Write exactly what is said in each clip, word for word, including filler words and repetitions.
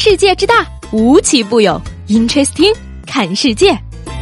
世界之大，无奇不有。Interesting， 看世界。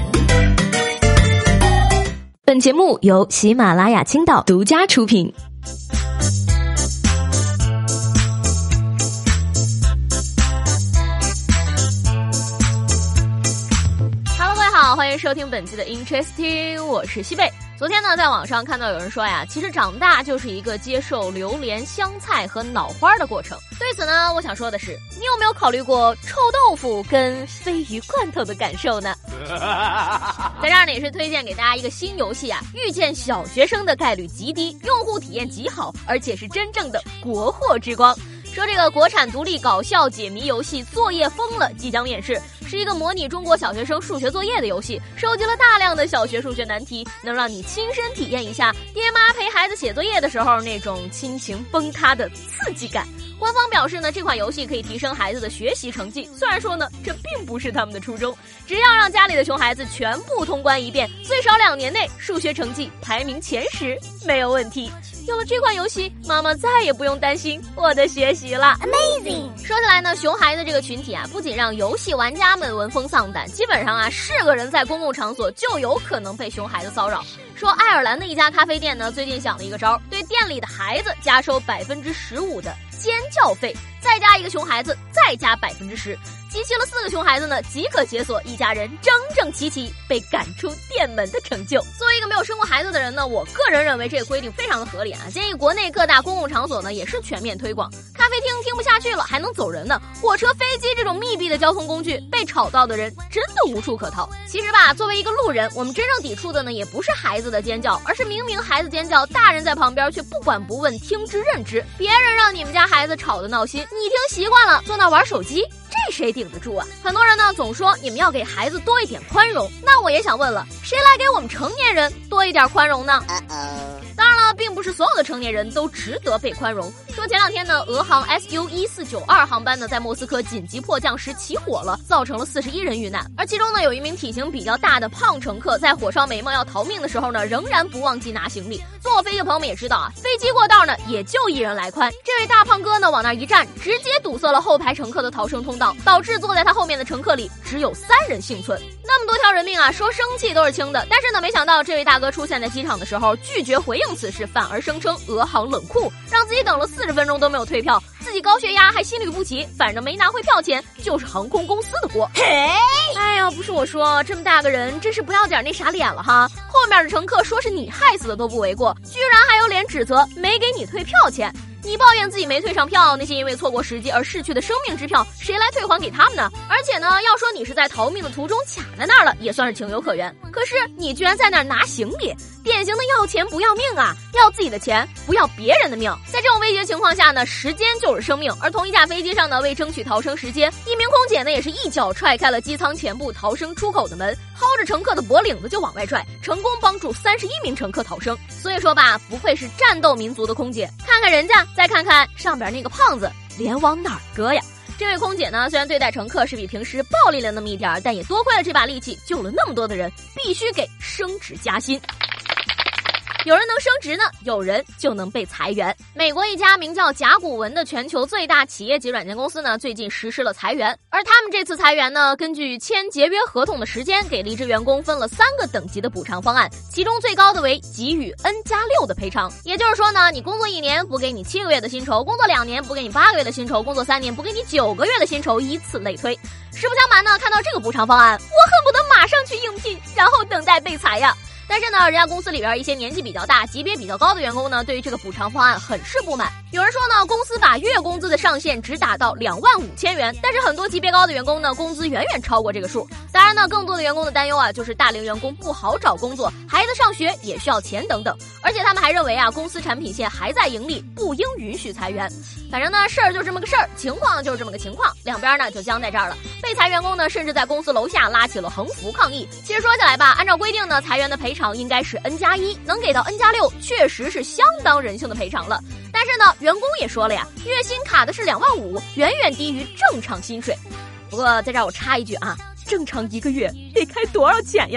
本节目由喜马拉雅青岛独家出品。Hello， 各位好，欢迎收听本期的 Interesting， 我是西贝。昨天呢，在网上看到有人说呀，其实长大就是一个接受榴莲、香菜和脑花的过程。对此呢，我想说的是，你有没有考虑过臭豆腐跟鲱鱼罐头的感受呢？在这儿呢，也是推荐给大家一个新游戏啊，遇见小学生的概率极低，用户体验极好，而且是真正的国货之光。说这个国产独立搞笑解谜游戏《作业疯了》即将面世，是一个模拟中国小学生数学作业的游戏，收集了大量的小学数学难题，能让你亲身体验一下爹妈陪孩子写作业的时候那种亲情崩塌的刺激感。官方表示呢，这款游戏可以提升孩子的学习成绩，虽然说呢，这并不是他们的初衷，只要让家里的熊孩子全部通关一遍，最少两年内数学成绩排名前十没有问题。有了这款游戏，妈妈再也不用担心我的学习了。Amazing！ 说起来呢，熊孩子这个群体啊，不仅让游戏玩家们闻风丧胆，基本上啊，是个人在公共场所就有可能被熊孩子骚扰。说爱尔兰的一家咖啡店呢，最近想了一个招，对店里的孩子加收百分之十五的尖叫费，再加一个熊孩子，再加百分之十，集齐了四个熊孩子呢，即可解锁一家人整整齐齐被赶出店门的成就。作为一个没有生过孩子的人呢，我个人认为这个规定非常的合理啊，建议国内各大公共场所呢也是全面推广。咖啡厅听不下去了还能走人呢，火车、飞机这种密闭的交通工具，被吵到的人真的无处可逃。其实吧，作为一个路人，我们真正抵触的呢，也不是孩子的尖叫，而是明明孩子尖叫，大人在旁边却不管不问，听之任之。别人让你们家孩子吵得闹心，你听习惯了，坐那玩手机，这谁顶得住啊？很多人呢总说你们要给孩子多一点宽容，那我也想问了，谁来给我们成年人多一点宽容呢？ Uh-oh. 当然了，并不是所有的成年人都值得被宽容。说前两天呢，俄航 S U 一四九二 航班呢在莫斯科紧急迫降时起火了，造成了四十一人遇难。而其中呢有一名体型比较大的胖乘客，在火烧眉毛要逃命的时候呢，仍然不忘记拿行李。坐过飞机的朋友们也知道啊，飞机过道呢也就一人来宽，这位大胖哥呢往那一站，直接堵塞了后排乘客的逃生通道，导致坐在他后面的乘客里只有三人幸存。那么多条人命啊，说生气都是轻的，但是呢，没想到这位大哥出现在机场的时候，拒绝回应此事，反而声称俄航冷酷，让自己等了四十分钟都没有退票，自己高血压还心律不齐，反正没拿回票钱就是航空公司的锅。哎呀，不是我说，这么大个人真是不要点那啥脸了哈！后面的乘客说是你害死的都不为过，居然还有脸指责没给你退票钱。你抱怨自己没退上票，那些因为错过时机而逝去的生命支票，谁来退还给他们呢？而且呢，要说你是在逃命的途中卡在那儿了，也算是情有可原。可是你居然在那儿拿行李，典型的要钱不要命啊！要自己的钱，不要别人的命。在这种危急情况下呢，时间就是生命。而同一架飞机上呢，为争取逃生时间，一名空姐呢也是一脚踹开了机舱前部逃生出口的门，薅着乘客的脖领子就往外拽，成功帮助三十一名乘客逃生。所以说吧，不愧是战斗民族的空姐，看看人家，再看看上边那个胖子，脸往哪儿搁呀？这位空姐呢，虽然对待乘客是比平时暴力了那么一点，但也多亏了这把力气，救了那么多的人，必须给升职加薪。有人能升职呢，有人就能被裁员。美国一家名叫甲骨文的全球最大企业级软件公司呢，最近实施了裁员。而他们这次裁员呢，根据签节约合同的时间，给离职员工分了三个等级的补偿方案，其中最高的为给予 N 加六的赔偿。也就是说呢，你工作一年补给你七个月的薪酬，工作两年补给你八个月的薪酬，工作三年补给你九个月的薪酬，以此类推。实不相瞒呢，看到这个补偿方案，我恨不得马上去应聘，然后等待被裁呀。但是呢，人家公司里边一些年纪比较大、级别比较高的员工呢，对于这个补偿方案很是不满。有人说呢，公司把月工资的上限只打到两万五千元，但是很多级别高的员工呢，工资远远超过这个数。当然呢，更多的员工的担忧啊，就是大龄员工不好找工作，孩子上学也需要钱等等。而且他们还认为啊，公司产品线还在盈利，不应允许裁员。反正呢，事儿就这么个事儿，情况就是这么个情况，两边呢就僵在这儿了。被裁员工呢，甚至在公司楼下拉起了横幅抗议。其实说起来吧，按照规定呢，裁员的赔偿应该是 N 加一，能给到 N 加六，确实是相当人性的赔偿了。但是呢，员工也说了呀，月薪卡的是两万五，远远低于正常薪水。不过在这儿我插一句啊，正常一个月得开多少钱呀？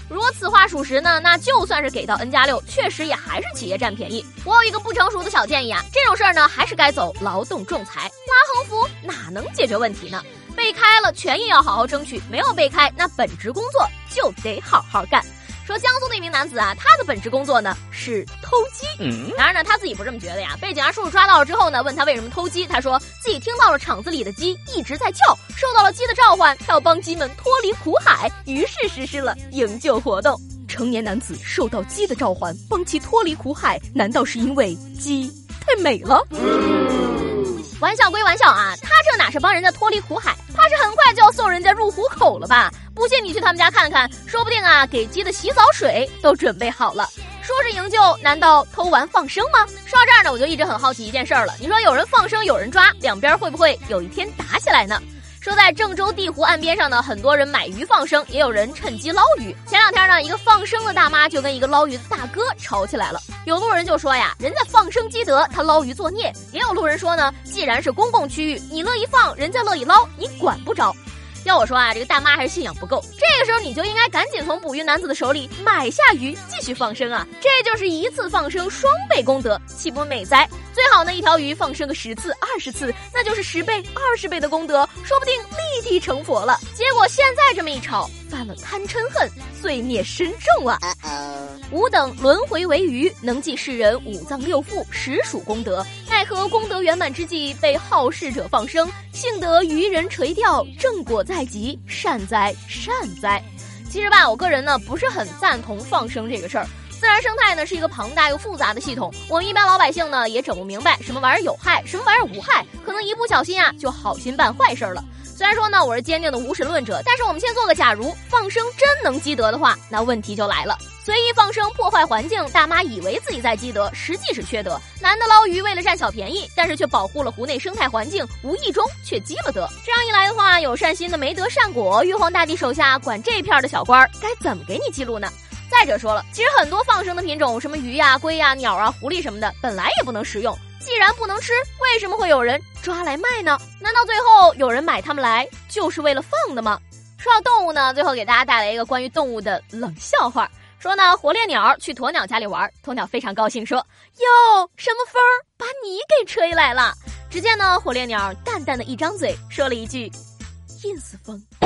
如果此话属实呢，那就算是给到 N 加六，确实也还是企业占便宜。我有一个不成熟的小建议啊，这种事儿呢，还是该走劳动仲裁，拉横幅哪能解决问题呢？被开了，权益要好好争取；没有被开，那本职工作就得好好干。说江苏的一名男子啊，他的本职工作呢是偷鸡。嗯，然而呢，他自己不这么觉得呀。被警察叔叔抓到了之后呢，问他为什么偷鸡，他说自己听到了厂子里的鸡一直在叫，受到了鸡的召唤，他要帮鸡们脱离苦海，于是实施了营救活动。成年男子受到鸡的召唤，帮其脱离苦海，难道是因为鸡太美了？嗯，玩笑归玩笑啊，他这哪是帮人家脱离苦海，怕是很快就要送人家入虎口了吧？不信你去他们家看看，说不定啊，给鸡的洗澡水都准备好了。说是营救，难道偷完放生吗？说到这儿呢，我就一直很好奇一件事儿了。你说有人放生，有人抓，两边会不会有一天打起来呢？说在郑州地湖岸边上呢，很多人买鱼放生，也有人趁机捞鱼。前两天呢，一个放生的大妈就跟一个捞鱼的大哥吵起来了。有路人就说呀，人家放生积德，他捞鱼作孽。也有路人说呢，既然是公共区域，你乐意放，人家乐意捞，你管不着。要我说啊，这个大妈还是信仰不够。这个时候你就应该赶紧从捕鱼男子的手里买下鱼，继续放生啊！这就是一次放生双倍功德，岂不美哉？最好呢，一条鱼放生个十次、二十次，那就是十倍、二十倍的功德，说不定立地成佛了。结果现在这么一吵，犯了贪嗔恨，罪孽深重啊！吾等轮回为鱼，能济世人五脏六腑，实属功德。奈何功德圆满之际，被好事者放生，幸得渔人垂钓，正果在即，善哉善哉。其实吧，我个人呢不是很赞同放生这个事儿。自然生态呢是一个庞大又复杂的系统，我们一般老百姓呢也整不明白什么玩意儿有害，什么玩意儿无害，可能一不小心啊就好心办坏事了。虽然说呢我是坚定的无神论者，但是我们先做个假如，放生真能积德的话，那问题就来了。随意放生破坏环境，大妈以为自己在积德，实际是缺德。男的捞鱼为了占小便宜，但是却保护了湖内生态环境，无意中却积了德。这样一来的话，有善心的没得善果，玉皇大帝手下管这片的小官该怎么给你记录呢？再者说了，其实很多放生的品种，什么鱼呀、龟呀、鸟啊、狐狸什么的，本来也不能食用。既然不能吃，为什么会有人抓来卖呢？难道最后有人买它们来就是为了放的吗？说到动物呢，最后给大家带来一个关于动物的冷笑话。说呢，火烈鸟去鸵鸟家里玩，鸵鸟非常高兴说：“哟，什么风儿把你给吹来了？”只见呢，火烈鸟淡淡的一张嘴，说了一句：“ins 风。”